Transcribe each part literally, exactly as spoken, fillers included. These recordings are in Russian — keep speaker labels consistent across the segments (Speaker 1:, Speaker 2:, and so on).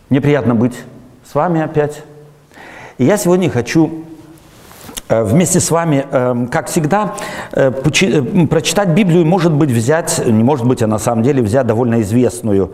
Speaker 1: Мне приятно быть с вами опять. И я сегодня хочу вместе с вами, как всегда, прочитать Библию, может быть, взять, не может быть, а на самом деле взять довольно известную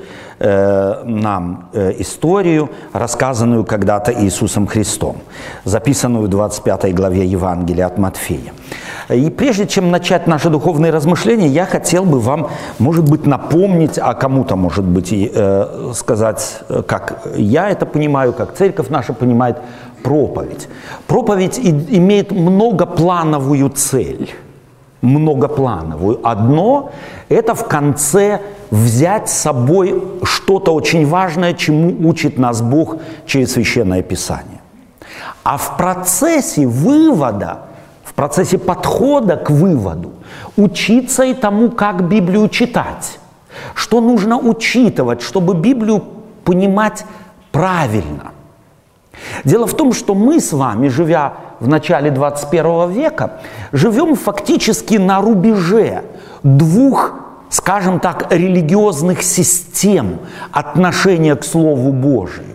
Speaker 1: нам историю, рассказанную когда-то Иисусом Христом, записанную в двадцать пятой главе Евангелия от Матфея. И прежде чем начать наши духовные размышления, я хотел бы вам, может быть, напомнить, а кому-то, может быть, и э, сказать, как я это понимаю, как церковь наша понимает, проповедь. Проповедь и, имеет многоплановую цель. Многоплановую. Одно – это в конце взять с собой что-то очень важное, чему учит нас Бог через Священное Писание. А в процессе вывода, в процессе подхода к выводу, учиться и тому, как Библию читать. Что нужно учитывать, чтобы Библию понимать правильно. Дело в том, что мы с вами, живя в начале двадцать первого века, живем фактически на рубеже двух, скажем так, религиозных систем отношения к Слову Божию.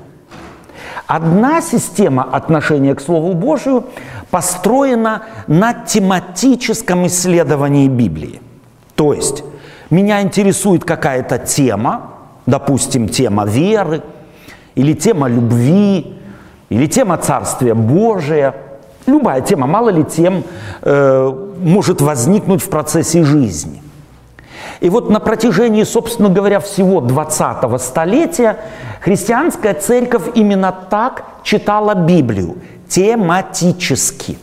Speaker 1: Одна система отношения к Слову Божию построена на тематическом исследовании Библии. То есть меня интересует какая-то тема, допустим, тема веры, или тема любви, или тема Царствия Божия. Любая тема, мало ли тем э, может возникнуть в процессе жизни. И вот на протяжении, собственно говоря, всего двадцатого столетия христианская церковь именно так читала Библию, тематически.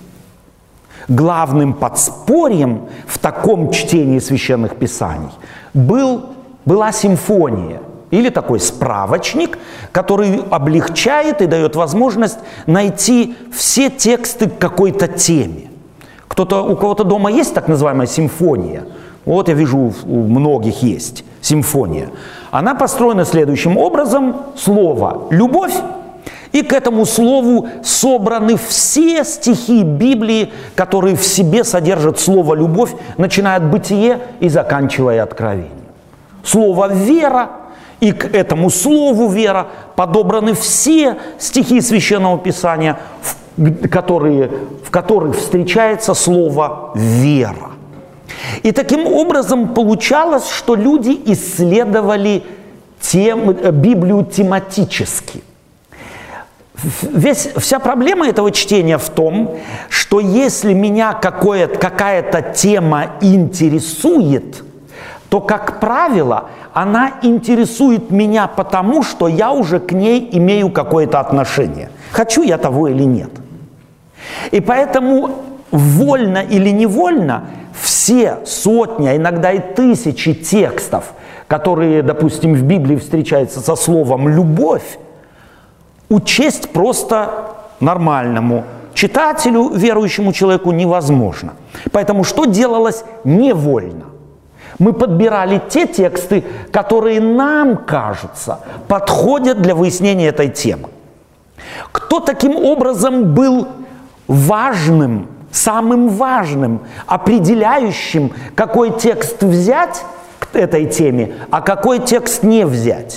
Speaker 1: Главным подспорьем в таком чтении священных писаний был, была симфония, или такой справочник, который облегчает и дает возможность найти все тексты к какой-то теме. Кто-то, у кого-то дома есть так называемая симфония. Вот я вижу, у многих есть симфония. Она построена следующим образом. Слово «любовь», и к этому слову собраны все стихи Библии, которые в себе содержат слово «любовь», начиная от Бытие и заканчивая Откровением. Слово «вера», и к этому слову «вера» подобраны все стихи Священного Писания, в, которые, в которых встречается слово «вера». И таким образом получалось, что люди исследовали тем, Библию тематически. Весь, вся проблема этого чтения в том, что если меня какая-то тема интересует, то, как правило, она интересует меня потому, что я уже к ней имею какое-то отношение. Хочу я того или нет. И поэтому вольно или невольно все сотни, а иногда и тысячи текстов, которые, допустим, в Библии встречаются со словом «любовь», учесть просто нормальному читателю, верующему человеку невозможно. Поэтому что делалось невольно? Мы подбирали те тексты, которые нам кажутся, подходят для выяснения этой темы. Кто таким образом был важным, самым важным, определяющим, какой текст взять к этой теме, а какой текст не взять?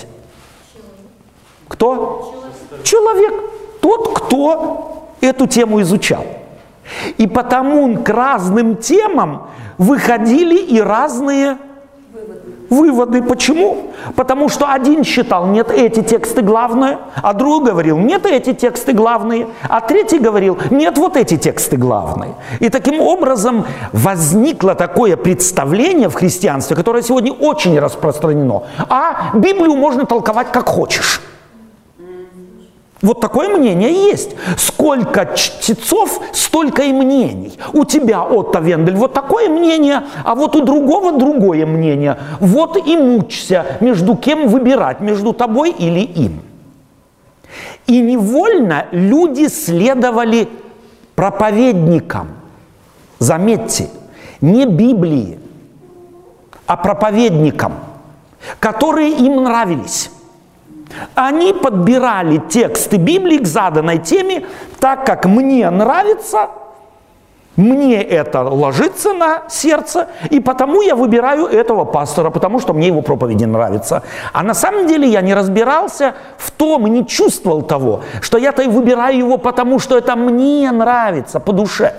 Speaker 1: Кто? Человек. Тот, кто эту тему изучал. И потому к разным темам выходили и разные выводы. выводы. Почему? Потому что один считал, нет, эти тексты главные, а другой говорил, нет, эти тексты главные, а третий говорил, нет, вот эти тексты главные. И таким образом возникло такое представление в христианстве, которое сегодня очень распространено. А Библию можно толковать как хочешь. Вот такое мнение есть. Сколько чтецов, столько и мнений. У тебя, Отто Вендель, вот такое мнение, а вот у другого другое мнение. Вот и мучься, между кем выбирать, между тобой или им. И невольно люди следовали проповедникам. Заметьте, не Библии, а проповедникам, которые им нравились. Они подбирали тексты Библии к заданной теме так, как мне нравится, Мне это ложится на сердце, и потому я выбираю этого пастора, потому что мне его проповеди нравятся. А на самом деле я не разбирался в том и не чувствовал того, что я-то и выбираю его, потому что это мне нравится по душе.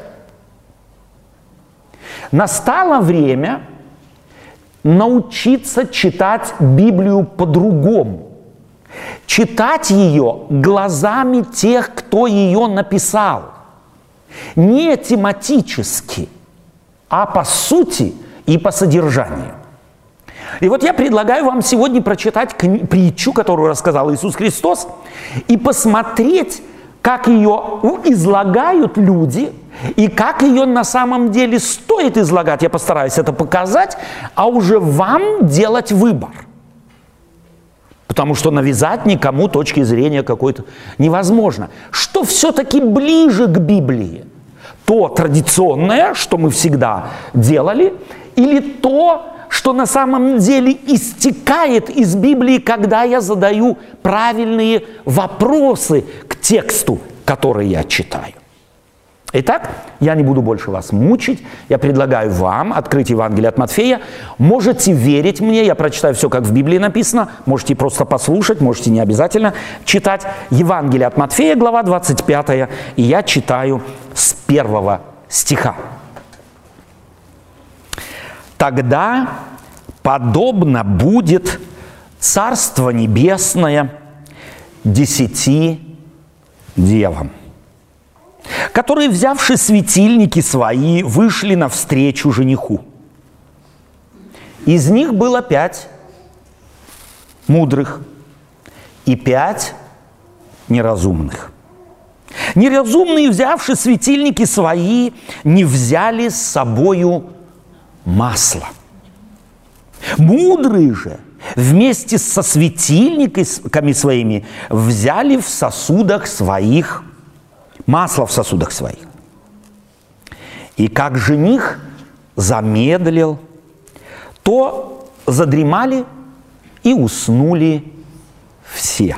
Speaker 1: Настало время научиться читать Библию по-другому. Читать ее глазами тех, кто ее написал. Не тематически, а по сути и по содержанию. И вот я предлагаю вам сегодня прочитать притчу, которую рассказал Иисус Христос, и посмотреть, как ее излагают люди, и как ее на самом деле стоит излагать. Я постараюсь это показать, а уже вам делать выбор. Потому что навязать никому точки зрения какой-то невозможно. Что все-таки ближе к Библии? То традиционное, что мы всегда делали, или то, что на самом деле истекает из Библии, когда я задаю правильные вопросы к тексту, который я читаю. Итак, я не буду больше вас мучить. Я предлагаю вам открыть Евангелие от Матфея. Можете верить мне, я прочитаю все, как в Библии написано. Можете просто послушать, можете не обязательно читать. Евангелие от Матфея, глава двадцать пятая, и я читаю с первого стиха. «Тогда подобно будет Царство Небесное десяти девам, которые, взявши светильники свои, вышли навстречу жениху. Из них было пять мудрых и пять неразумных. Неразумные, взявши светильники свои, не взяли с собою масло. Мудрые же вместе со светильниками своими взяли в сосудах своих масло в сосудах своих. И как жених замедлил, то задремали и уснули все.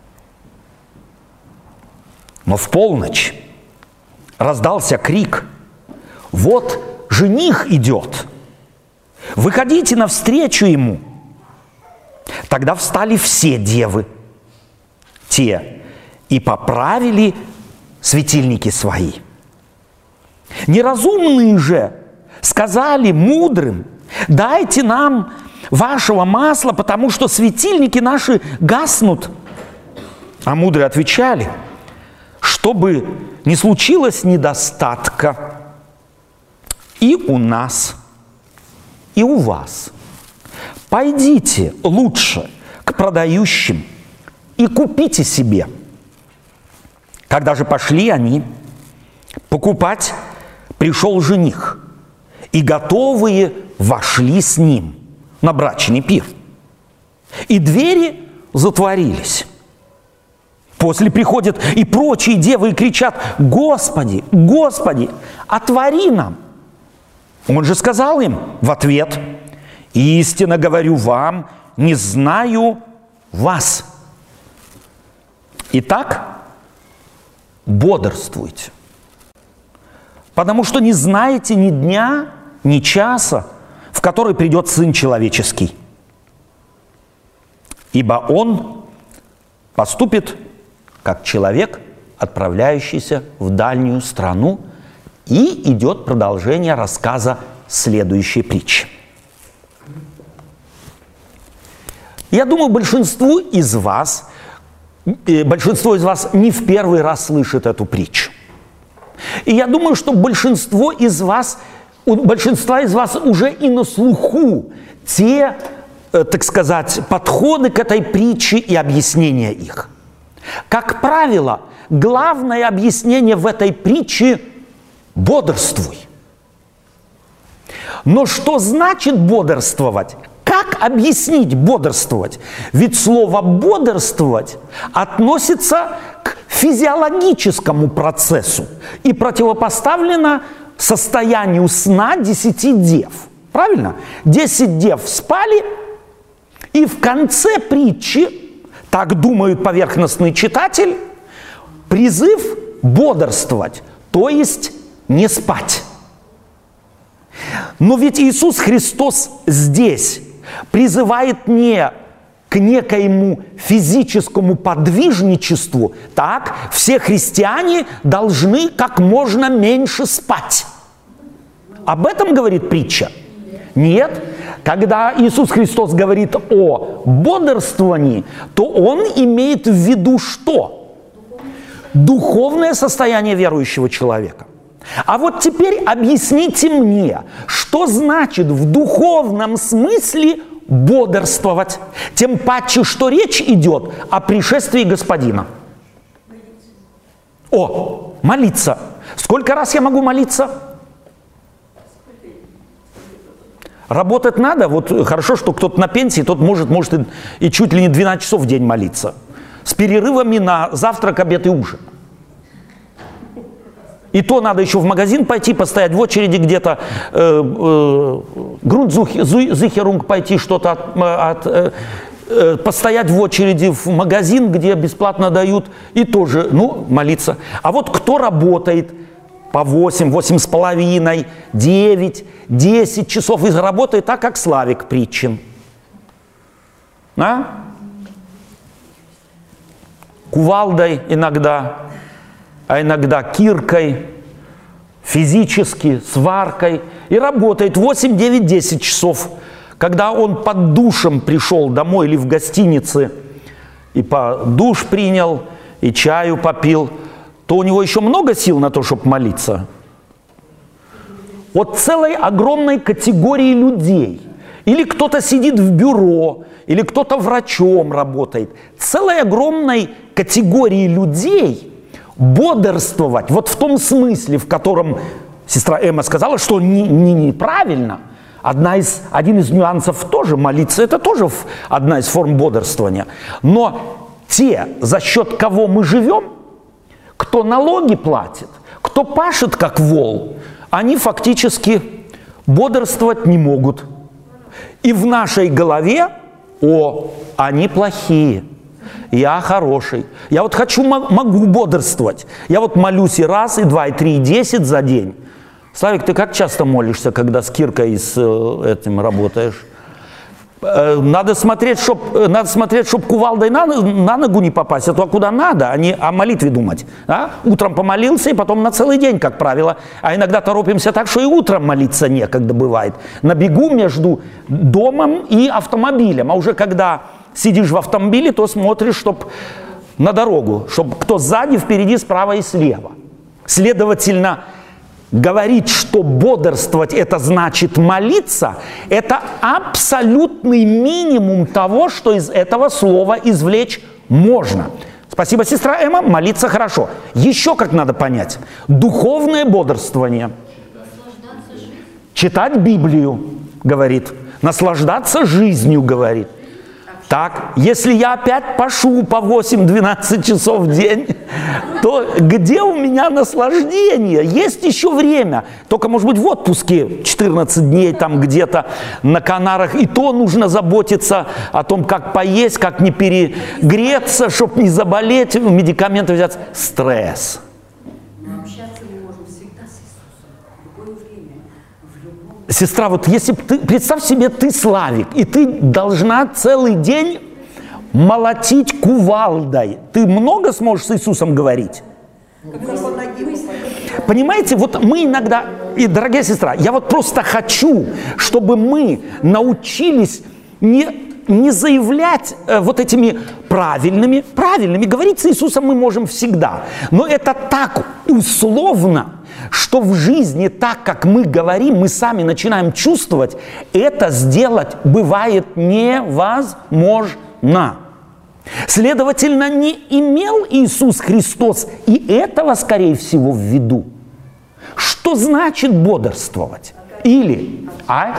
Speaker 1: Но в полночь раздался крик: «Вот жених идет! Выходите навстречу ему!» Тогда встали все девы, те, и поправили светильники свои. Неразумные же сказали мудрым: «Дайте нам вашего масла, потому что светильники наши гаснут». А мудрые отвечали: «Чтобы не случилось недостатка и у нас, и у вас, пойдите лучше к продающим и купите себе». Когда же пошли они покупать, пришел жених, и готовые вошли с ним на брачный пир. И двери затворились. После приходят и прочие девы и кричат: «Господи, Господи, отвори нам!» Он же сказал им в ответ: «Истинно говорю вам, не знаю вас». Итак, бодрствуйте, потому что не знаете ни дня, ни часа, в который придет Сын Человеческий. Ибо Он поступит, как человек, отправляющийся в дальнюю страну, и идет продолжение рассказа следующей притчи. Я думаю, большинству из вас Большинство из вас не в первый раз слышит эту притчу. И я думаю, что большинство из вас, у большинства из вас уже и на слуху те, э, так сказать, подходы к этой притче и объяснения их. Как правило, главное объяснение в этой притче – бодрствуй. Но что значит бодрствовать? Как объяснить бодрствовать? Ведь слово «бодрствовать» относится к физиологическому процессу и противопоставлено состоянию сна десяти дев. Правильно? Десять дев спали, и в конце притчи, так думает поверхностный читатель, призыв бодрствовать, то есть не спать. Но ведь Иисус Христос здесь призывает не к некоему физическому подвижничеству. Так, все христиане должны как можно меньше спать. Об этом говорит притча? Нет. Когда Иисус Христос говорит о бодрствовании, то Он имеет в виду что? Духовное состояние верующего человека. А вот теперь объясните мне, что значит в духовном смысле бодрствовать, тем паче, что речь идет о пришествии Господина. О, молиться. Сколько раз я могу молиться? Работать надо. Вот хорошо, что кто-то на пенсии, тот может, может и, и чуть ли не двенадцать часов в день молиться. С перерывами на завтрак, обед и ужин. И то надо еще в магазин пойти, постоять в очереди где-то, э, э, Grundsicherung пойти что-то, от, от, э, э, постоять в очереди в магазин, где бесплатно дают, и тоже, ну, молиться. А вот кто работает по восемь, восемь с половиной, девять, десять часов и работает так, как Славик Притчин. А? Кувалдой иногда. А иногда киркой, физически, сваркой. И работает восемь, девять, десять часов. Когда он под душем пришел домой или в гостинице, и по душ принял, и чаю попил, то у него еще много сил на то, чтобы молиться. Вот целой огромной категории людей. Или кто-то сидит в бюро, или кто-то врачом работает. Целой огромной категории людей бодрствовать, вот в том смысле, в котором сестра Эмма сказала, что не, не, неправильно. Одна из, один из нюансов тоже молиться, это тоже одна из форм бодрствования. Но те, за счет кого мы живем, кто налоги платит, кто пашет как вол, они фактически бодрствовать не могут. И в нашей голове, о, они плохие. Я хороший. Я вот хочу, могу бодрствовать. Я вот молюсь и раз, и два, и три, и десять за день. Славик, ты как часто молишься, когда с киркой и с э, этим работаешь? Э, надо смотреть, чтоб, э, надо смотреть, чтоб кувалдой на, на ногу не попасть, а то куда надо, а не о молитве думать. А? Утром помолился, и потом на целый день, как правило. А иногда торопимся так, что и утром молиться некогда бывает. На бегу между домом и автомобилем. А уже когда сидишь в автомобиле, то смотришь, чтоб на дорогу, чтобы кто сзади, впереди, справа и слева. Следовательно, говорить, что бодрствовать это значит молиться, это абсолютный минимум того, что из этого слова извлечь можно. Спасибо, сестра Эмма, молиться хорошо. Еще как надо понять. Духовное бодрствование. Читать Библию, говорит. Наслаждаться жизнью, говорит. Так, если я опять пашу по восемь-двенадцать часов в день, то где у меня наслаждение? Есть еще время. Только, может быть, в отпуске четырнадцать дней там где-то на Канарах. И то нужно заботиться о том, как поесть, как не перегреться, чтобы не заболеть, медикаменты взять. Стресс. Сестра, вот если ты, представь себе, ты Славик, и ты должна целый день молотить кувалдой. Ты много сможешь с Иисусом говорить? Понимаете, вот мы иногда, и, дорогая сестра, я вот просто хочу, чтобы мы научились не, не заявлять э, вот этими правильными, правильными, говорить с Иисусом мы можем всегда, но это так условно, что в жизни, так как мы говорим, мы сами начинаем чувствовать, это сделать бывает невозможно. Следовательно, не имел Иисус Христос и этого, скорее всего, в виду. Что значит бодрствовать? Или... А?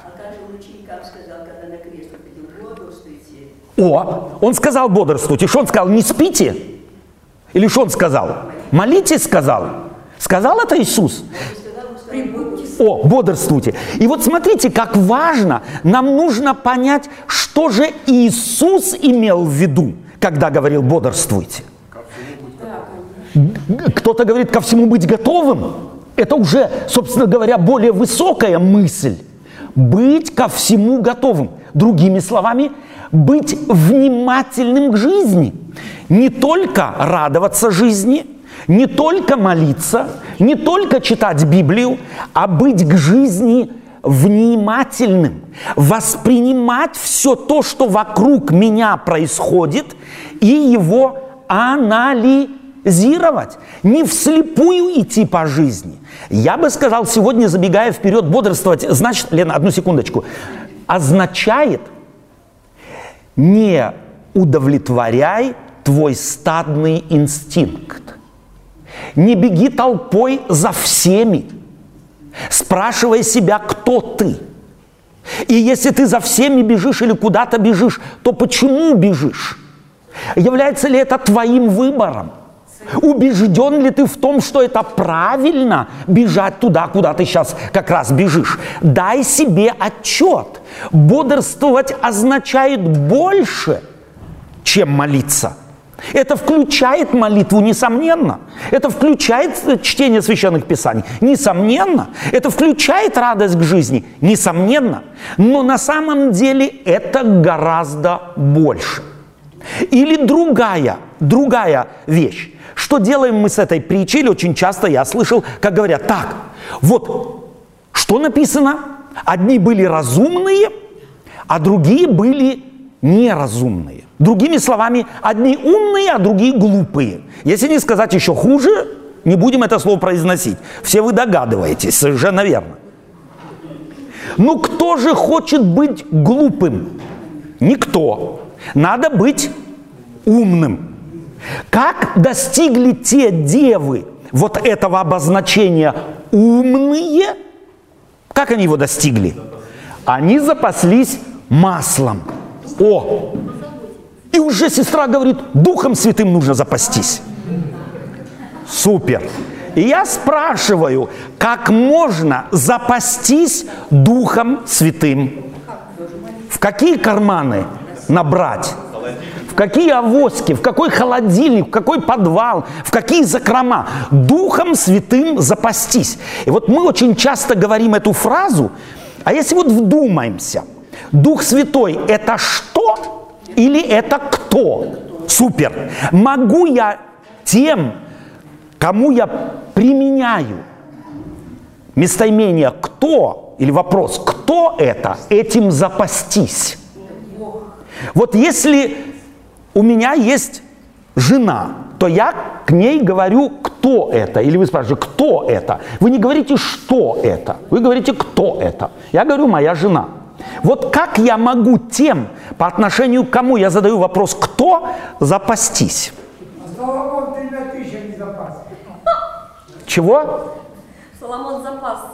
Speaker 1: О, он сказал бодрствуйте. Что он сказал? Не спите? Или что он сказал? Молитесь, сказал? Сказал это Иисус? О, бодрствуйте. И вот смотрите, как важно, нам нужно понять, что же Иисус имел в виду, когда говорил бодрствуйте. Кто-то говорит ко всему быть готовым. Это уже, собственно говоря, более высокая мысль. Быть ко всему готовым. Другими словами, быть внимательным к жизни. Не только радоваться жизни, не только молиться, не только читать Библию, а быть к жизни внимательным. Воспринимать все то, что вокруг меня происходит, и его анализировать. Не вслепую идти по жизни. Я бы сказал, сегодня, забегая вперед, бодрствовать, значит, Лена, одну секундочку, означает: не удовлетворяй твой стадный инстинкт. Не беги толпой за всеми, спрашивая себя, кто ты. И если ты за всеми бежишь или куда-то бежишь, то почему бежишь? Является ли это твоим выбором? Убежден ли ты в том, что это правильно бежать туда, куда ты сейчас как раз бежишь? Дай себе отчет. Бодрствовать означает больше, чем молиться. Это включает молитву, несомненно. Это включает чтение священных писаний, несомненно. Это включает радость к жизни, несомненно. Но на самом деле это гораздо больше. Или другая, другая вещь. Что делаем мы с этой притчей? Или очень часто я слышал, как говорят: так, вот, что написано? Одни были разумные, а другие были неразумные. Другими словами, одни умные, а другие глупые. Если не сказать еще хуже, не будем это слово произносить. Все вы догадываетесь, совершенно верно. Ну, кто же хочет быть глупым? Никто. Надо быть умным. Как достигли те девы вот этого обозначения «умные»? Как они его достигли? Они запаслись маслом. О! И уже сестра говорит: Духом Святым нужно запастись. Супер! И я спрашиваю, как можно запастись Духом Святым? В какие карманы набрать? В какие авоськи, в какой холодильник, в какой подвал, в какие закрома? Духом Святым запастись. И вот мы очень часто говорим эту фразу, а если вот вдумаемся, Дух Святой – это что или это кто? Супер! Могу я тем, кому я применяю местоимение «кто» или вопрос «кто это?» этим запастись? Вот если у меня есть жена, то я к ней говорю «кто это?» Или вы спрашиваете «кто это?» Вы не говорите «что это?», вы говорите «кто это?». Я говорю «моя жена». Вот как я могу тем, по отношению к кому я задаю вопрос «кто?», запастись?
Speaker 2: Соломон тремя тысячами запасся.
Speaker 1: Чего?
Speaker 3: Соломон запасся.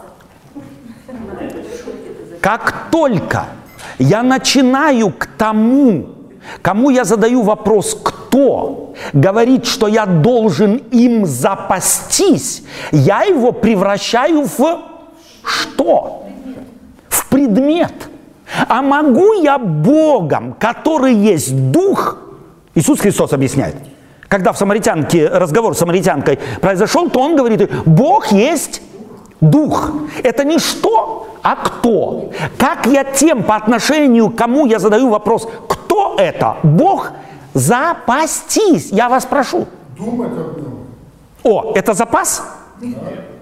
Speaker 1: Как только я начинаю к тому, кому я задаю вопрос «кто?», говорит, что я должен им запастись, я его превращаю в что? В предмет. А могу я Богом, который есть Дух, Иисус Христос объясняет, когда в самаритянке, разговор с самаритянкой произошел, то он говорит: Бог есть Дух. Это не что, а кто. Как я тем, по отношению к кому я задаю вопрос «кто это?», Бог, запастись. Я вас прошу.
Speaker 2: Думать об нем.
Speaker 1: О, это запас?
Speaker 2: Нет.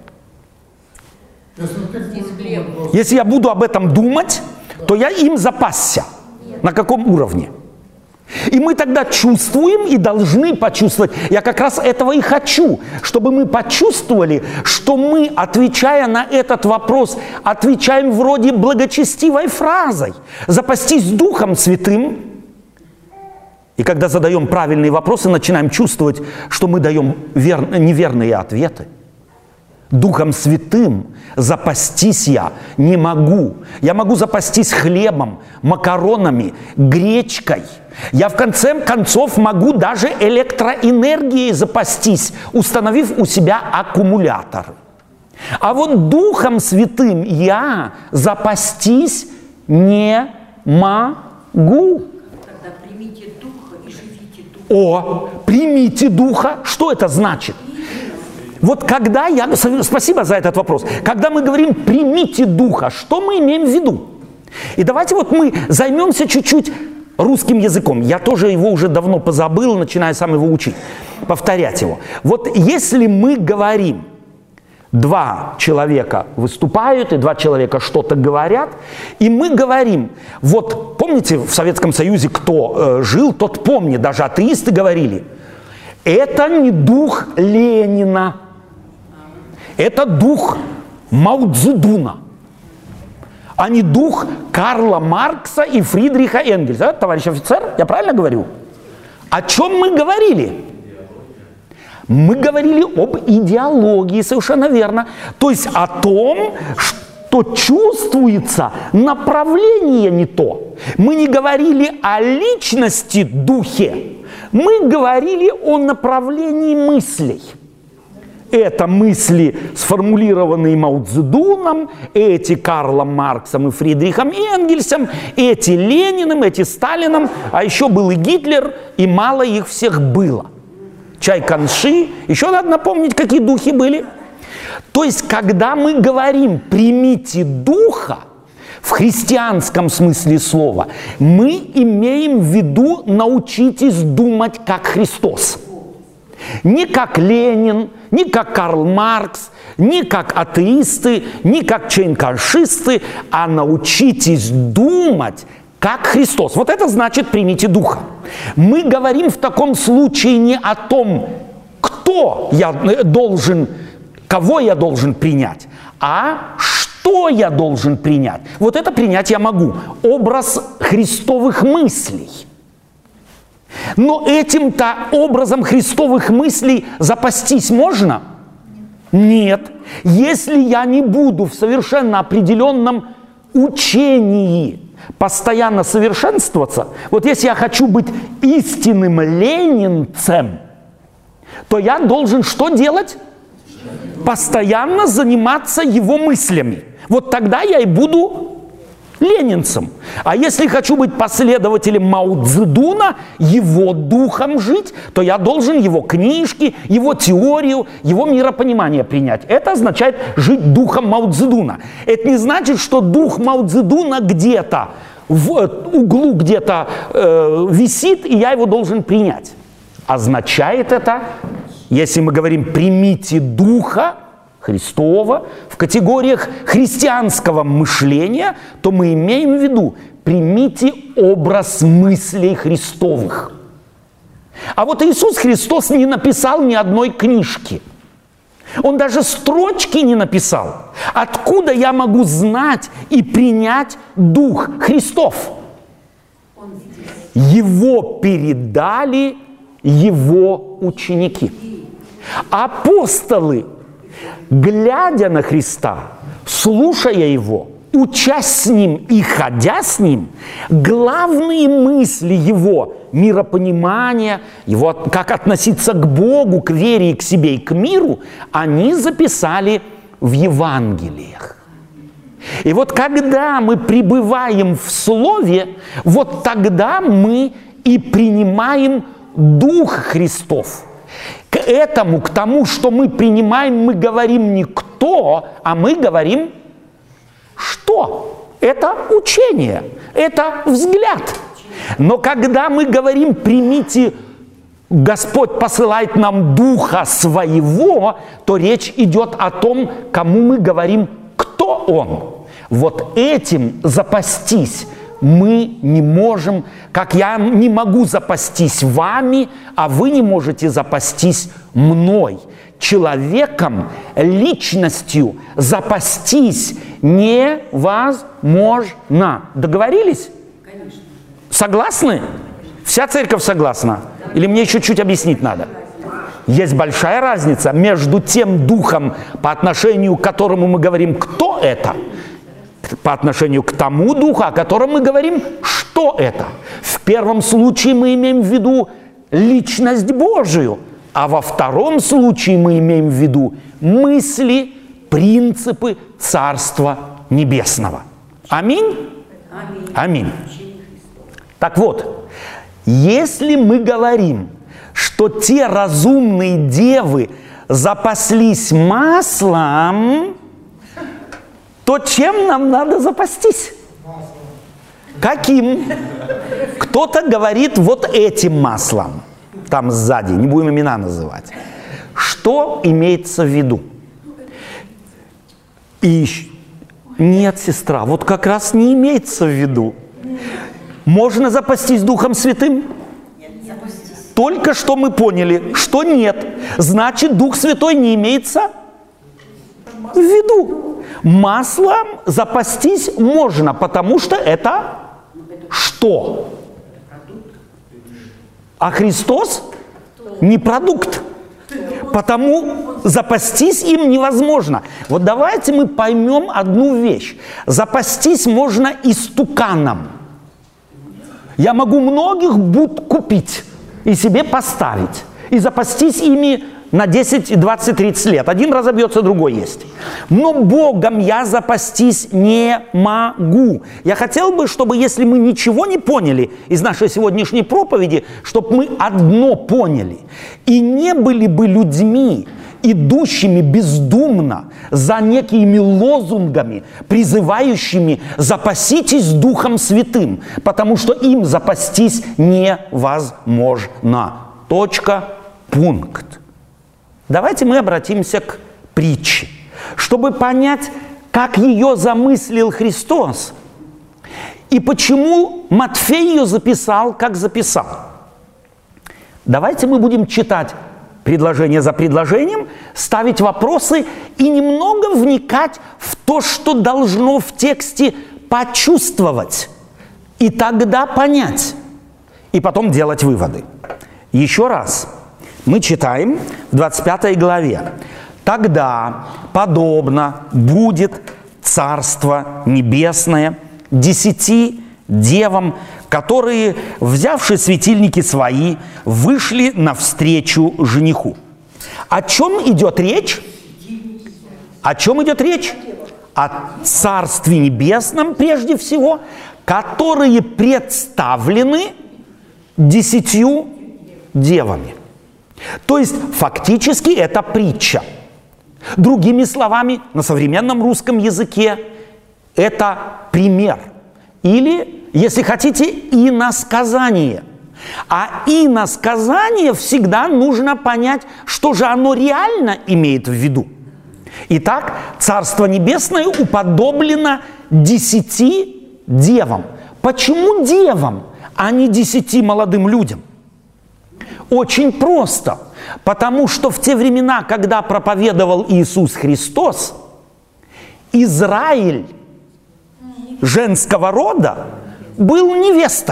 Speaker 2: Если, ты будешь...
Speaker 1: Если я буду об этом думать, то я им запасся. Нет. На каком уровне? И мы тогда чувствуем и должны почувствовать. Я как раз этого и хочу, чтобы мы почувствовали, что мы, отвечая на этот вопрос, отвечаем вроде благочестивой фразой: запастись Духом Святым. И когда задаем правильные вопросы, начинаем чувствовать, что мы даем вер... неверные ответы. Духом Святым запастись я не могу. Я могу запастись хлебом, макаронами, гречкой. Я в конце концов могу даже электроэнергией запастись, установив у себя аккумулятор. А вот Духом Святым я запастись не могу.
Speaker 3: Тогда примите Духа и живите Духом.
Speaker 1: О, примите Духа. Что это значит? Вот когда я... Спасибо за этот вопрос. Когда мы говорим «примите Духа», что мы имеем в виду? И давайте вот мы займемся чуть-чуть русским языком. Я тоже его уже давно позабыл, начиная сам его учить, повторять его. Вот если мы говорим, два человека выступают, и два человека что-то говорят, и мы говорим, вот помните в Советском Союзе, кто э, жил, тот помнит, даже атеисты говорили, это не дух Ленина, это дух Мао Цзэдуна, а не дух Карла Маркса и Фридриха Энгельса. Товарищ офицер, я правильно говорю? О чем мы говорили? Мы говорили об идеологии, совершенно верно. То есть о том, что чувствуется направление не то. Мы не говорили о личности духе, мы говорили о направлении мыслей. Это мысли, сформулированные Мао Цзэдуном, эти Карлом Марксом и Фридрихом Энгельсом, эти Лениным, эти Сталином, а еще был и Гитлер, и мало их всех было. Чай Канши, еще надо напомнить, какие духи были. То есть, когда мы говорим «примите Духа», в христианском смысле слова, мы имеем в виду «научитесь думать как Христос». Не как Ленин, не как Карл Маркс, не как атеисты, не как чайканшисты, а научитесь думать как Христос. Вот это значит «примите Духа». Мы говорим в таком случае не о том, кто я должен, кого я должен принять, а что я должен принять. Вот это принять я могу. Образ христовых мыслей. Но этим-то образом христовых мыслей запастись можно? Нет. Если я не буду в совершенно определенном учении постоянно совершенствоваться, вот если я хочу быть истинным ленинцем, то я должен что делать? Постоянно заниматься его мыслями. Вот тогда я и буду ленинцем. А если хочу быть последователем Мао Цзэдуна, его духом жить, то я должен его книжки, его теорию, его миропонимание принять. Это означает жить духом Мао Цзэдуна. Это не значит, что дух Мао Цзэдуна где-то в углу где-то э, висит, и я его должен принять. Означает это, если мы говорим «примите духа Христова» в категориях христианского мышления, то мы имеем в виду «примите образ мыслей Христовых». А вот Иисус Христос не написал ни одной книжки. Он даже строчки не написал. Откуда я могу знать и принять Дух Христов? Его передали его ученики. Апостолы, глядя на Христа, слушая Его, учась с Ним и ходя с Ним, главные мысли Его миропонимания, Его, как относиться к Богу, к вере и к себе, и к миру, они записали в Евангелиях. И вот когда мы пребываем в Слове, вот тогда мы и принимаем Дух Христов. К этому, к тому, что мы принимаем, мы говорим не кто, а мы говорим что. Это учение, это взгляд. Но когда мы говорим «примите, Господь посылает нам Духа Своего», то речь идет о том, кому мы говорим «кто Он». Вот этим запастись мы не можем, как я не могу запастись вами, а вы не можете запастись мной. Человеком, личностью запастись невозможно. Договорились?
Speaker 3: Конечно.
Speaker 1: Согласны? Вся церковь согласна? Или мне еще чуть объяснить надо? Есть большая разница между тем духом, по отношению к которому мы говорим «кто это?», по отношению к тому духу, о котором мы говорим, что это. В первом случае мы имеем в виду личность Божию, а во втором случае мы имеем в виду мысли, принципы Царства Небесного. Аминь? Аминь. Аминь. Так вот, если мы говорим, что те разумные девы запаслись маслом, то чем нам надо запастись? Каким? Кто-то говорит вот этим маслом. Там сзади, не будем имена называть. Что имеется в виду? И нет, сестра, вот как раз не имеется в виду. Можно запастись Духом Святым? Нет, запастись. Только что мы поняли, что нет. Значит, Дух Святой не имеется в виду. Маслом запастись можно, потому что это что? А Христос не продукт. Потому запастись им невозможно. Вот давайте мы поймем одну вещь. Запастись можно истуканом. Я могу многих буд купить и себе поставить. И запастись ими на десять, двадцать, тридцать лет. Один разобьется, другой есть. Но Богом я запастись не могу. Я хотел бы, чтобы, если мы ничего не поняли из нашей сегодняшней проповеди, чтобы мы одно поняли. И не были бы людьми, идущими бездумно за некими лозунгами, призывающими «запаситесь Духом Святым», потому что им запастись невозможно. Точка, пункт. Давайте мы обратимся к притче, чтобы понять, как ее замыслил Христос и почему Матфей ее записал, как записал. Давайте мы будем читать предложение за предложением, ставить вопросы и немного вникать в то, что должно в тексте почувствовать, и тогда понять, и потом делать выводы. Еще раз. Мы читаем в двадцать пятой главе. «Тогда подобно будет Царство Небесное десяти девам, которые, взявши светильники свои, вышли навстречу жениху». О чем идет речь? О чем идет речь? О Царстве Небесном, прежде всего, которые представлены десятью девами. То есть, фактически, это притча. Другими словами, на современном русском языке, это пример. Или, если хотите, иносказание. А иносказание всегда нужно понять, что же оно реально имеет в виду. Итак, Царство Небесное уподоблено десяти девам. Почему девам, а не десяти молодым людям? Очень просто. Потому что в те времена, когда проповедовал Иисус Христос, Израиль женского рода был невестой.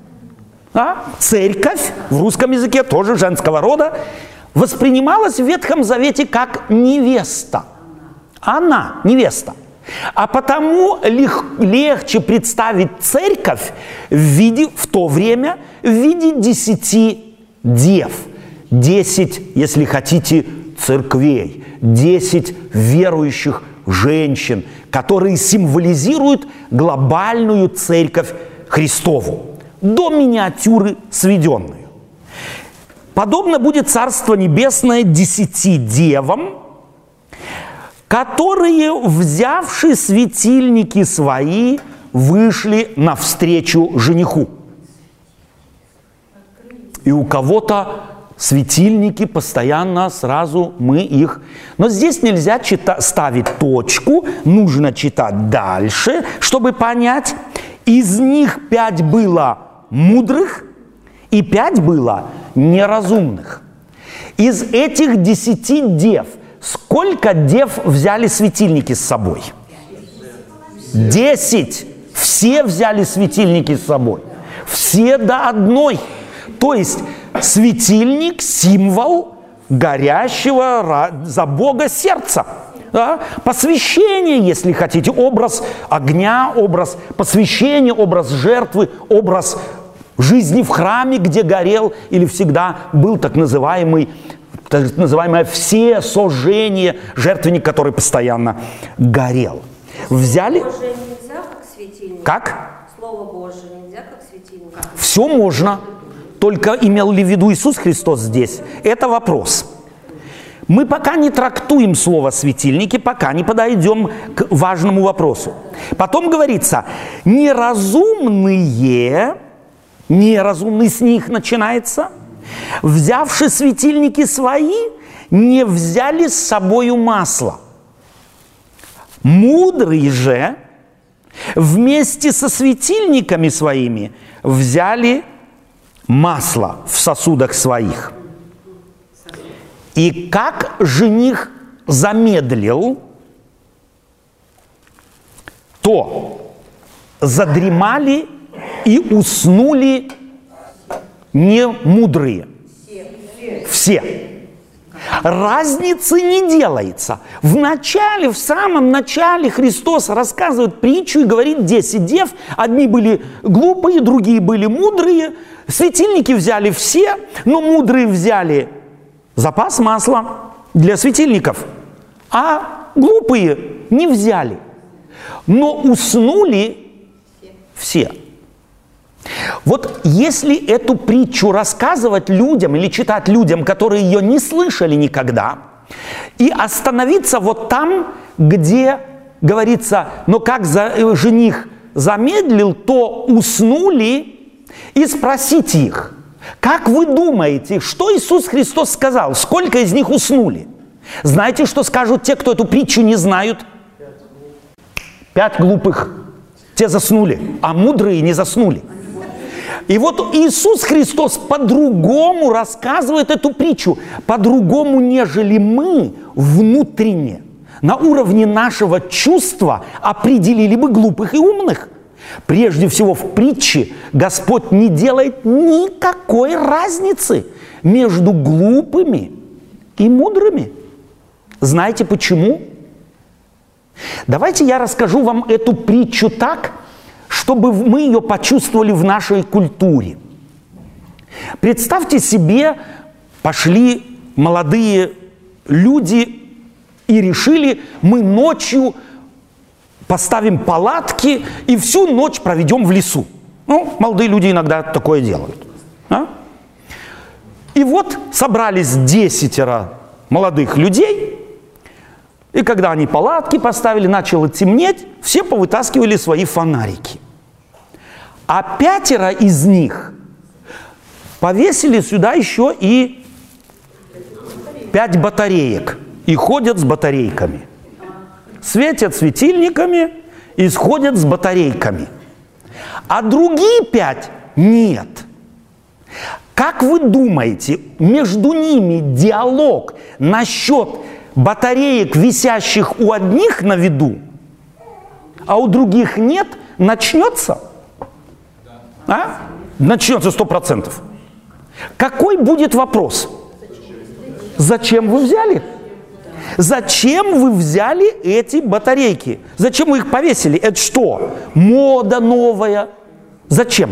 Speaker 1: А? Церковь в русском языке тоже женского рода воспринималась в Ветхом Завете как невеста. Она невеста. А потому лег, легче представить церковь в виде, в то время в виде десяти дев, десять, если хотите, церквей, десять верующих женщин, которые символизируют глобальную церковь Христову, до миниатюры сведенную. Подобно будет Царство Небесное десяти девам, которые, взявши светильники свои, вышли навстречу жениху. И у кого-то светильники постоянно, сразу мы их... Но здесь нельзя чита- ставить точку, нужно читать дальше, чтобы понять. Из них пять было мудрых и пять было неразумных. Из этих десяти дев сколько дев взяли светильники с собой? Десять. Все взяли светильники с собой. Все до одной. То есть светильник – символ горящего за Бога сердца. Да? Посвящение, если хотите, образ огня, образ посвящения, образ жертвы, образ жизни в храме, где горел или всегда был так называемый, так называемое всесожжение, жертвенник, который постоянно горел. Взяли...
Speaker 3: Слово Божие нельзя как светильник?
Speaker 1: Как?
Speaker 3: Слово Божие нельзя как светильник?
Speaker 1: Все можно. Только имел ли в виду Иисус Христос здесь? Это вопрос. Мы пока не трактуем слово «светильники», пока не подойдем к важному вопросу. Потом говорится, неразумные, неразумный с них начинается, взявши светильники свои, не взяли с собою масло. Мудрые же вместе со светильниками своими взяли масло в сосудах своих. И как жених замедлил, то задремали и уснули не мудрые. Все. Разницы не делается. В начале, в самом начале Христос рассказывает притчу и говорит десять дев. Одни были глупые, другие были мудрые. Светильники взяли все, но мудрые взяли запас масла для светильников, а глупые не взяли. Но уснули все. Вот если эту притчу рассказывать людям или читать людям, которые ее не слышали никогда, и остановиться вот там, где говорится, но как за, жених замедлил, то уснули, и спросить их, как вы думаете, что Иисус Христос сказал, сколько из них уснули? Знаете, что скажут те, кто эту притчу не знают? Пять глупых. Те заснули, а мудрые не заснули. И вот Иисус Христос по-другому рассказывает эту притчу, по-другому, нежели мы внутренне, на уровне нашего чувства определили бы глупых и умных. Прежде всего в притче Господь не делает никакой разницы между глупыми и мудрыми. Знаете почему? Давайте я расскажу вам эту притчу так, чтобы мы ее почувствовали в нашей культуре. Представьте себе, пошли молодые люди и решили, мы ночью поставим палатки и всю ночь проведем в лесу. Ну, молодые люди иногда такое делают. А? И вот собрались десятеро молодых людей, и когда они палатки поставили, начало темнеть, все повытаскивали свои фонарики. А пятеро из них повесили сюда еще и пять батареек и ходят с батарейками. Светят светильниками и сходят с батарейками. А другие пять нет. Как вы думаете, между ними диалог насчет батареек, висящих у одних на виду, а у других нет, начнется? А? Начнется сто процентов. Какой будет вопрос? Зачем вы взяли? Зачем вы взяли эти батарейки? Зачем вы их повесили? Это что? Мода новая? Зачем?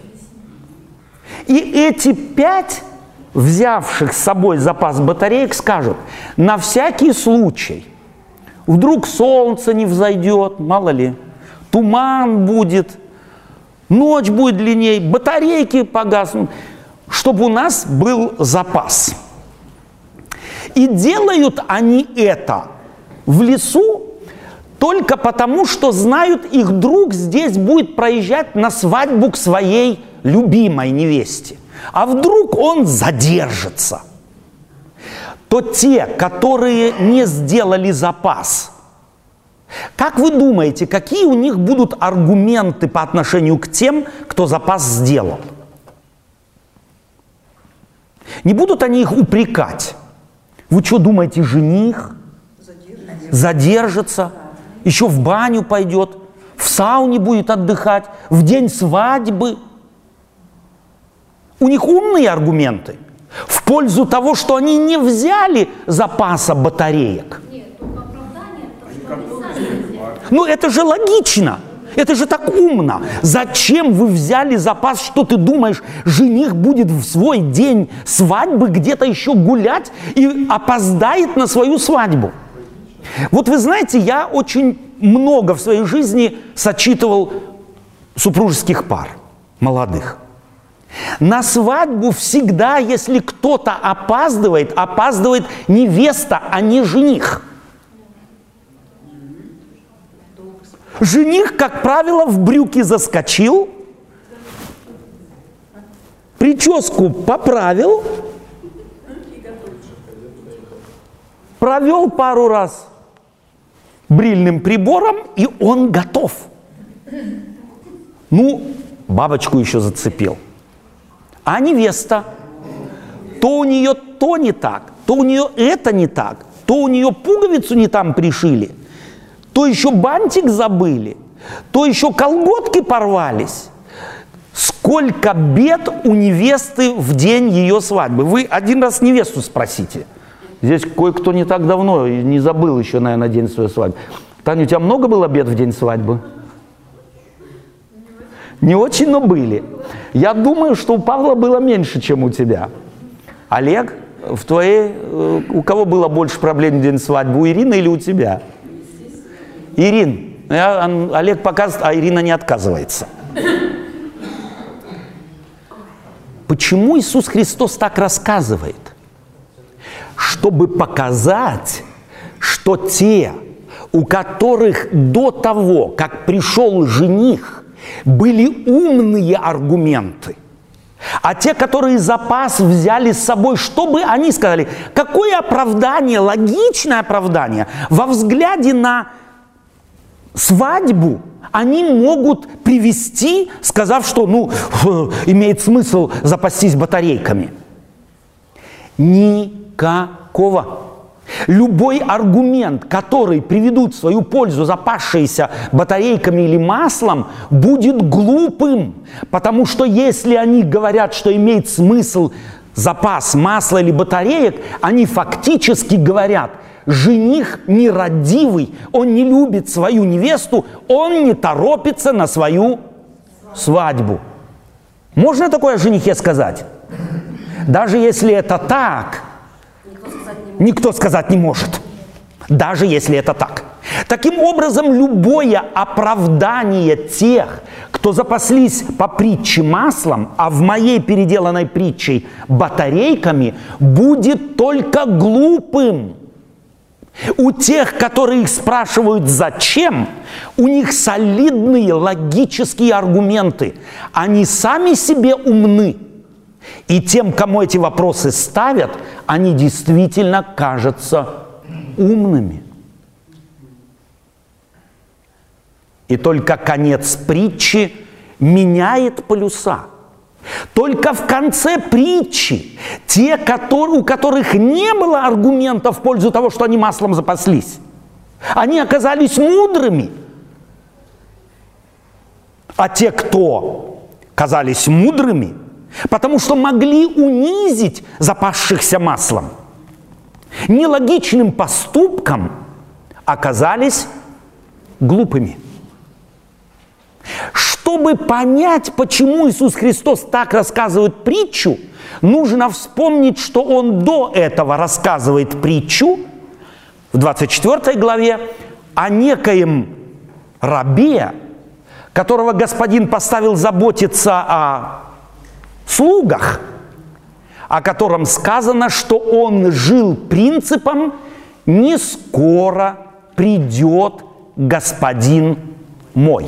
Speaker 1: И эти пять, взявших с собой запас батареек, скажут, на всякий случай, вдруг солнце не взойдет, мало ли, туман будет, ночь будет длиннее, батарейки погаснут, чтобы у нас был запас. И делают они это в лесу только потому, что знают, их друг здесь будет проезжать на свадьбу к своей любимой невесте. А вдруг он задержится? То те, которые не сделали запас, как вы думаете, какие у них будут аргументы по отношению к тем, кто запас сделал? Не будут они их упрекать. Вы что думаете, жених задержится, задержится еще в баню пойдет, в сауне будет отдыхать, в день свадьбы? У них умные аргументы в пользу того, что они не взяли запаса батареек.
Speaker 4: Нет, только оправдание, то, что они сами взяли.
Speaker 1: Ну это же логично. Это же так умно. Зачем вы взяли запас, что ты думаешь, жених будет в свой день свадьбы где-то еще гулять и опоздает на свою свадьбу? Вот вы знаете, я очень много в своей жизни сочетывал супружеских пар, молодых. На свадьбу всегда, если кто-то опаздывает, опаздывает невеста, а не жених. Жених, как правило, в брюки заскочил, прическу поправил, провел пару раз брильным прибором, и он готов. Ну, бабочку еще зацепил. А невеста, то у нее то не так, то у нее это не так, то у нее пуговицу не там пришили, то еще бантик забыли, то еще колготки порвались. Сколько бед у невесты в день ее свадьбы. Вы один раз невесту спросите. Здесь кое-кто не так давно, не забыл еще, наверное, день своей свадьбы. Таня, у тебя много было бед в день свадьбы? Не очень, но были. Я думаю, что у Павла было меньше, чем у тебя. Олег, в твоей, у кого было больше проблем в день свадьбы, у Ирины или у тебя? Ирин. Я, Олег показывает, а Ирина не отказывается. Почему Иисус Христос так рассказывает? Чтобы показать, что те, у которых до того, как пришел жених, были умные аргументы, а те, которые запас взяли с собой, чтобы они сказали, какое оправдание, логичное оправдание во взгляде на свадьбу они могут привести, сказав, что ну, имеет смысл запастись батарейками. Никакого. Любой аргумент, который приведут в свою пользу запасшиеся батарейками или маслом, будет глупым. Потому что если они говорят, что имеет смысл запас масла или батареек, они фактически говорят, жених нерадивый, он не любит свою невесту, он не торопится на свою свадьбу. Можно такое о женихе сказать? Даже если это так, никто сказать не может. Даже если это так. Таким образом, любое оправдание тех, кто запаслись по притче маслом, а в моей переделанной притчей батарейками, будет только глупым. У тех, которые их спрашивают «зачем?», у них солидные логические аргументы. Они сами себе умны. И тем, кому эти вопросы ставят, они действительно кажутся умными. И только конец притчи меняет полюса. Только в конце притчи те, которые, у которых не было аргументов в пользу того, что они маслом запаслись, они оказались мудрыми. А те, кто казались мудрыми, потому что могли унизить запасшихся маслом, нелогичным поступком, оказались глупыми. Чтобы понять, почему Иисус Христос так рассказывает притчу, нужно вспомнить, что Он до этого рассказывает притчу в двадцать четвёртой главе о некоем рабе, которого господин поставил заботиться о слугах, о котором сказано, что он жил принципом «не скоро придет господин мой».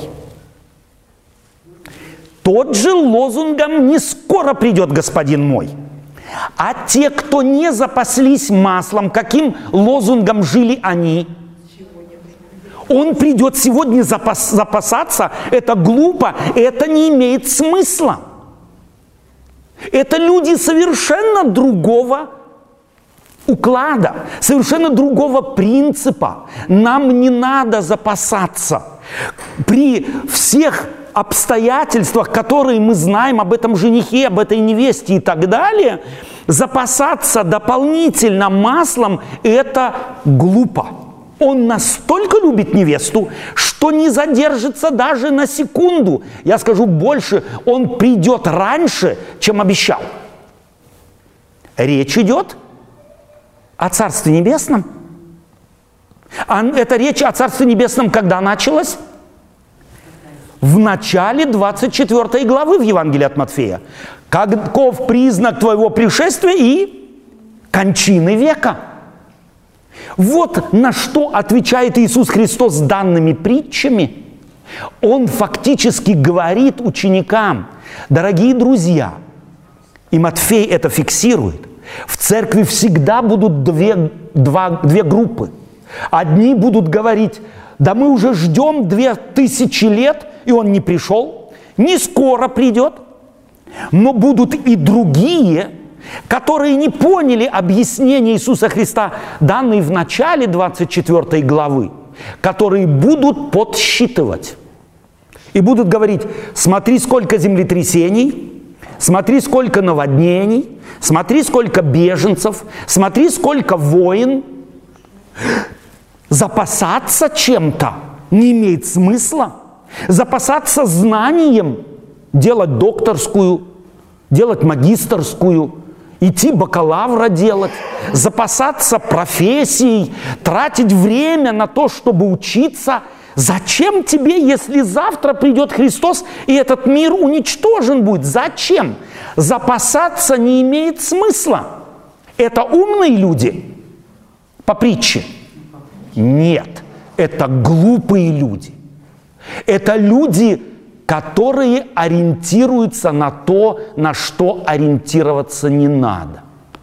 Speaker 1: Тот же лозунгом «не скоро придет господин мой». А те, кто не запаслись маслом, каким лозунгом жили они? Он придет сегодня запас, запасаться, это глупо, это не имеет смысла. Это люди совершенно другого уклада, совершенно другого принципа. Нам не надо запасаться. При всех обстоятельствах, которые мы знаем об этом женихе, об этой невесте и так далее, запасаться дополнительно маслом – это глупо. Он настолько любит невесту, что не задержится даже на секунду. Я скажу больше, он придет раньше, чем обещал. Речь идет о Царстве Небесном. А эта речь о Царстве Небесном когда началась? в начале двадцать четвёртой главы в Евангелии от Матфея. Каков признак твоего пришествия и кончины века? Вот на что отвечает Иисус Христос с данными притчами. Он фактически говорит ученикам: дорогие друзья, и Матфей это фиксирует, в церкви всегда будут две, два, две группы. Одни будут говорить: да мы уже ждем две тысячи лет, и он не пришел, не скоро придет. Но будут и другие, которые не поняли объяснения Иисуса Христа, данные в начале двадцать четвёртой главы, которые будут подсчитывать. И будут говорить: смотри, сколько землетрясений, смотри, сколько наводнений, смотри, сколько беженцев, смотри, сколько войн. Запасаться чем-то не имеет смысла. Запасаться знанием, делать докторскую, делать магистерскую, идти бакалавра делать, запасаться профессией, тратить время на то, чтобы учиться. Зачем тебе, если завтра придет Христос и этот мир уничтожен будет? Зачем? Запасаться не имеет смысла. Это умные люди по притче? Нет, это глупые люди. Это люди, которые ориентируются на то, на что ориентироваться не надо.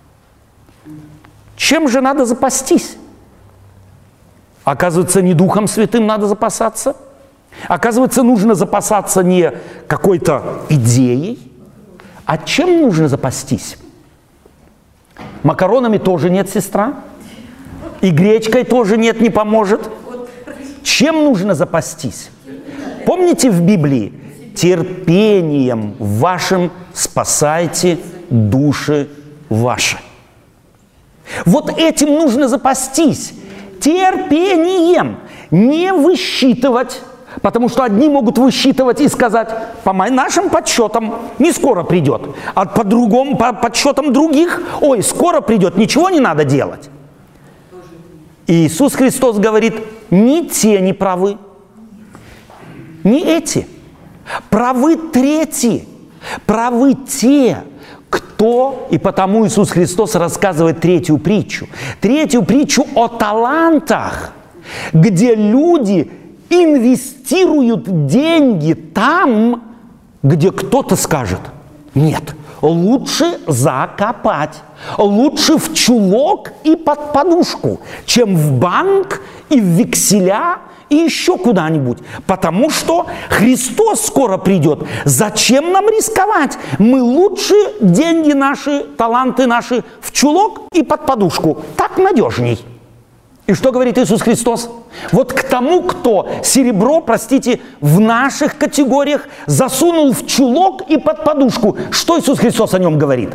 Speaker 1: Чем же надо запастись? Оказывается, не Духом Святым надо запасаться. Оказывается, нужно запасаться не какой-то идеей. А чем нужно запастись? Макаронами тоже нет, сестра. И гречкой тоже нет, не поможет. Чем нужно запастись? Помните в Библии? Терпением вашим спасайте души ваши. Вот этим нужно запастись. Терпением. Не высчитывать. Потому что одни могут высчитывать и сказать: по нашим подсчетам не скоро придет. А по другому, по подсчетам других: ой, скоро придет, ничего не надо делать. И Иисус Христос говорит: ни те не правы, ни эти. Правы третьи. Правы те, кто... И потому Иисус Христос рассказывает третью притчу. Третью притчу о талантах, где люди инвестируют деньги там, где кто-то скажет: нет, лучше закопать, лучше в чулок и под подушку, чем в банк и в векселя и еще куда-нибудь. Потому что Христос скоро придет. Зачем нам рисковать? Мы лучше деньги наши, таланты наши в чулок и под подушку. Так надежней. И что говорит Иисус Христос? Вот к тому, кто серебро, простите, в наших категориях засунул в чулок и под подушку. Что Иисус Христос о нем говорит?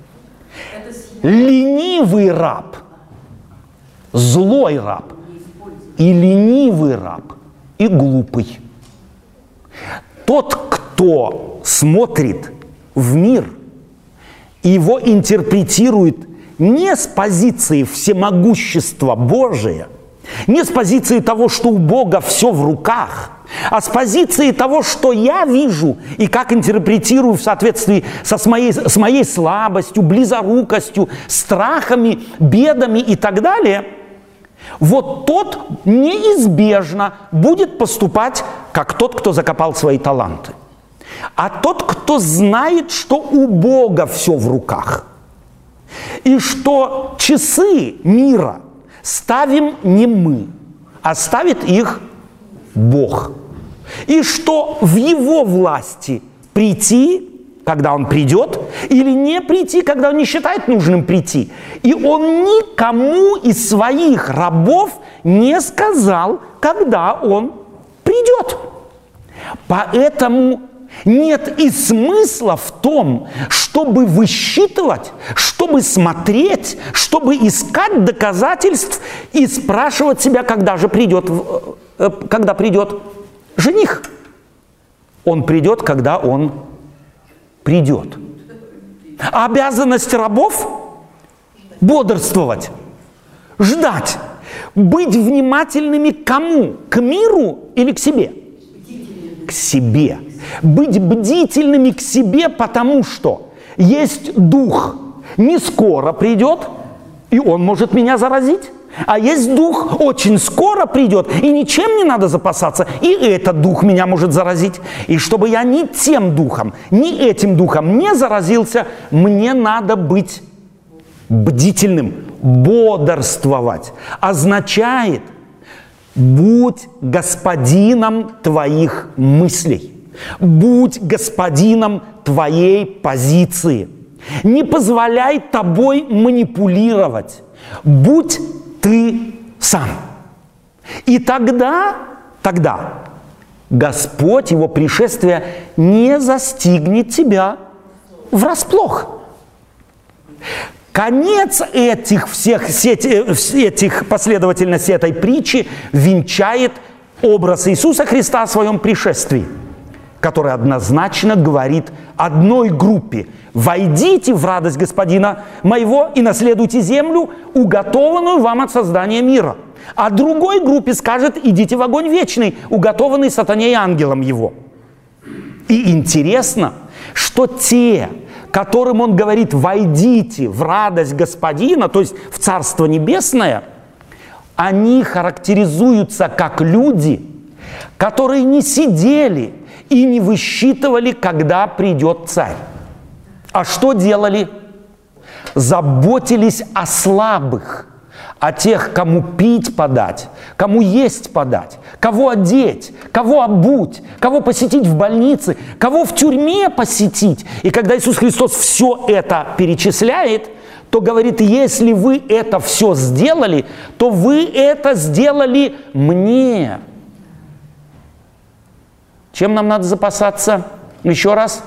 Speaker 1: Ленивый раб, злой раб, и ленивый раб, и глупый. Тот, кто смотрит в мир и его интерпретирует не с позиции всемогущества Божия, не с позиции того, что у Бога все в руках, а с позиции того, что я вижу и как интерпретирую в соответствии со с моей, с моей слабостью, близорукостью, страхами, бедами и так далее, вот тот неизбежно будет поступать как тот, кто закопал свои таланты. А тот, кто знает, что у Бога все в руках, и что часы мира ставим не мы, а ставит их Бог. И что в Его власти прийти, когда Он придет, или не прийти, когда Он не считает нужным прийти. И Он никому из своих рабов не сказал, когда Он придет. Поэтому нет и смысла в том, чтобы высчитывать, чтобы смотреть, чтобы искать доказательств и спрашивать себя, когда же придет, когда придет жених. Он придет, когда он придет. А обязанность рабов – бодрствовать, ждать, быть внимательными к кому? К миру или к себе? к себе. Быть бдительными к себе, потому что есть дух, не скоро придет, и он может меня заразить. А есть дух, очень скоро придет, и ничем не надо запасаться, и этот дух меня может заразить. И чтобы я ни тем духом, ни этим духом не заразился, мне надо быть бдительным. Бодрствовать означает: будь господином твоих мыслей, будь господином твоей позиции. Не позволяй тобой манипулировать. Будь ты сам. И тогда, тогда Господь, Его пришествие не застигнет тебя врасплох. Конец этих всех, этих последовательности этой притчи венчает образ Иисуса Христа о Своем пришествии, который однозначно говорит одной группе: «Войдите в радость Господина моего и наследуйте землю, уготованную вам от создания мира». А другой группе скажет: «Идите в огонь вечный, уготованный сатане и ангелам его». И интересно, что те, которым он говорит: «Войдите в радость Господина», то есть в Царство Небесное, они характеризуются как люди, которые не сидели и не высчитывали, когда придет царь. А что делали? Заботились о слабых, о тех, кому пить подать, кому есть подать, кого одеть, кого обуть, кого посетить в больнице, кого в тюрьме посетить. И когда Иисус Христос все это перечисляет, то говорит: если вы это все сделали, то вы это сделали мне. Чем нам надо запасаться? Еще раз.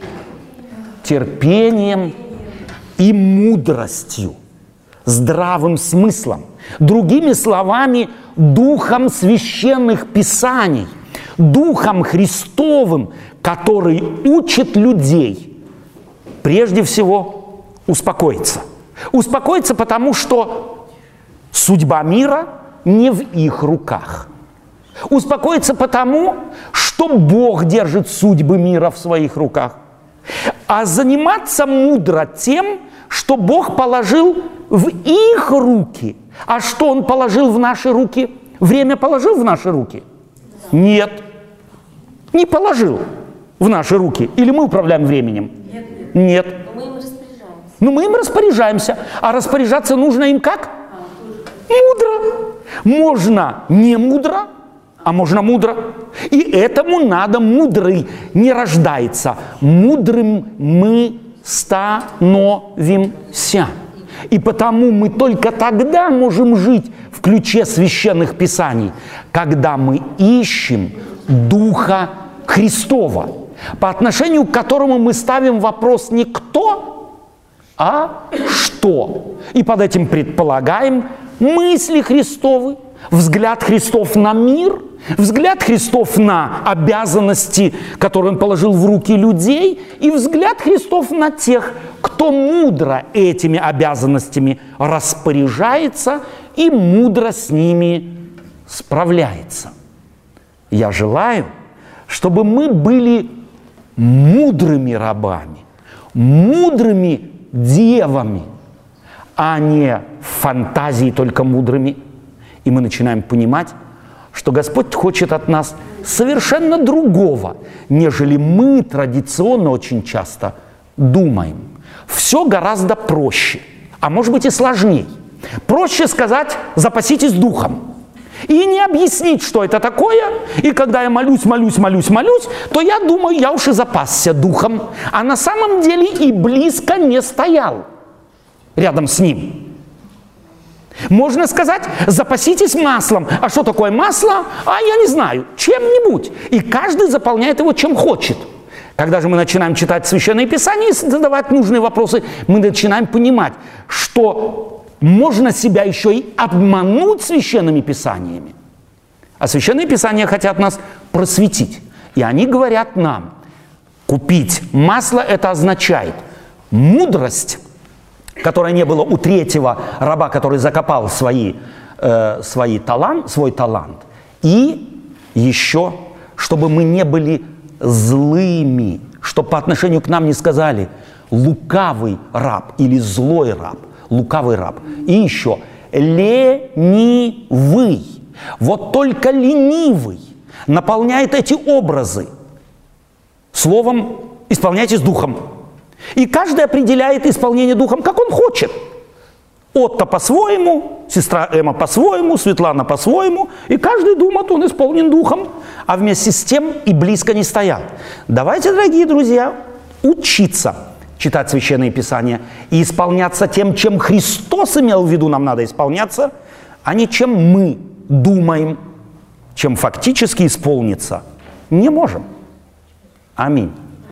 Speaker 1: Терпением и мудростью, здравым смыслом. Другими словами, духом священных писаний, духом Христовым, который учит людей прежде всего успокоиться. Успокоиться, потому что судьба мира не в их руках. Успокоиться потому, что Бог держит судьбы мира в своих руках. А заниматься мудро тем, что Бог положил в их руки. А что Он положил в наши руки? Время положил в наши руки? Нет. Не положил в наши руки. Или мы управляем временем?
Speaker 3: Нет.
Speaker 1: Нет.
Speaker 3: Но мы им распоряжаемся.
Speaker 1: Ну, мы им распоряжаемся. А распоряжаться нужно им как?
Speaker 3: А,
Speaker 1: мудро. Можно не мудро, а можно мудро. И этому надо мудрый не рождается. Мудрым мы становимся. И потому мы только тогда можем жить в ключе священных писаний, когда мы ищем Духа Христова, по отношению к которому мы ставим вопрос не кто, а что. И под этим предполагаем мысли Христовы, взгляд Христов на мир, взгляд Христов на обязанности, которые Он положил в руки людей, и взгляд Христов на тех, кто мудро этими обязанностями распоряжается и мудро с ними справляется. Я желаю, чтобы мы были мудрыми рабами, мудрыми девами, а не в фантазии только мудрыми. И мы начинаем понимать, что Господь хочет от нас совершенно другого, нежели мы традиционно очень часто думаем. Все гораздо проще, а может быть и сложнее. Проще сказать: запаситесь духом. И не объяснить, что это такое. И когда я молюсь, молюсь, молюсь, молюсь, то я думаю, я уж и запасся духом. А на самом деле и близко не стоял рядом с ним. Можно сказать: запаситесь маслом. А что такое масло? А я не знаю, чем-нибудь. И каждый заполняет его чем хочет. Когда же мы начинаем читать Священное Писание и задавать нужные вопросы, мы начинаем понимать, что можно себя еще и обмануть священными писаниями. А священные писания хотят нас просветить. И они говорят нам: купить масло — это означает мудрость, которой не было у третьего раба, который закопал свои, э, свои талант, свой талант, и еще чтобы мы не были злыми, чтобы по отношению к нам не сказали лукавый раб или злой раб, лукавый раб. И еще ленивый. Вот только ленивый наполняет эти образы словом «исполняйтесь духом». И каждый определяет исполнение духом, как он хочет. Отто по-своему, сестра Эмма по-своему, Светлана по-своему, и каждый думает, он исполнен духом, а вместе с тем и близко не стоят. Давайте, дорогие друзья, учиться читать Священное Писание и исполняться тем, чем Христос имел в виду, нам надо исполняться, а не чем мы думаем, чем фактически исполниться не можем. Аминь.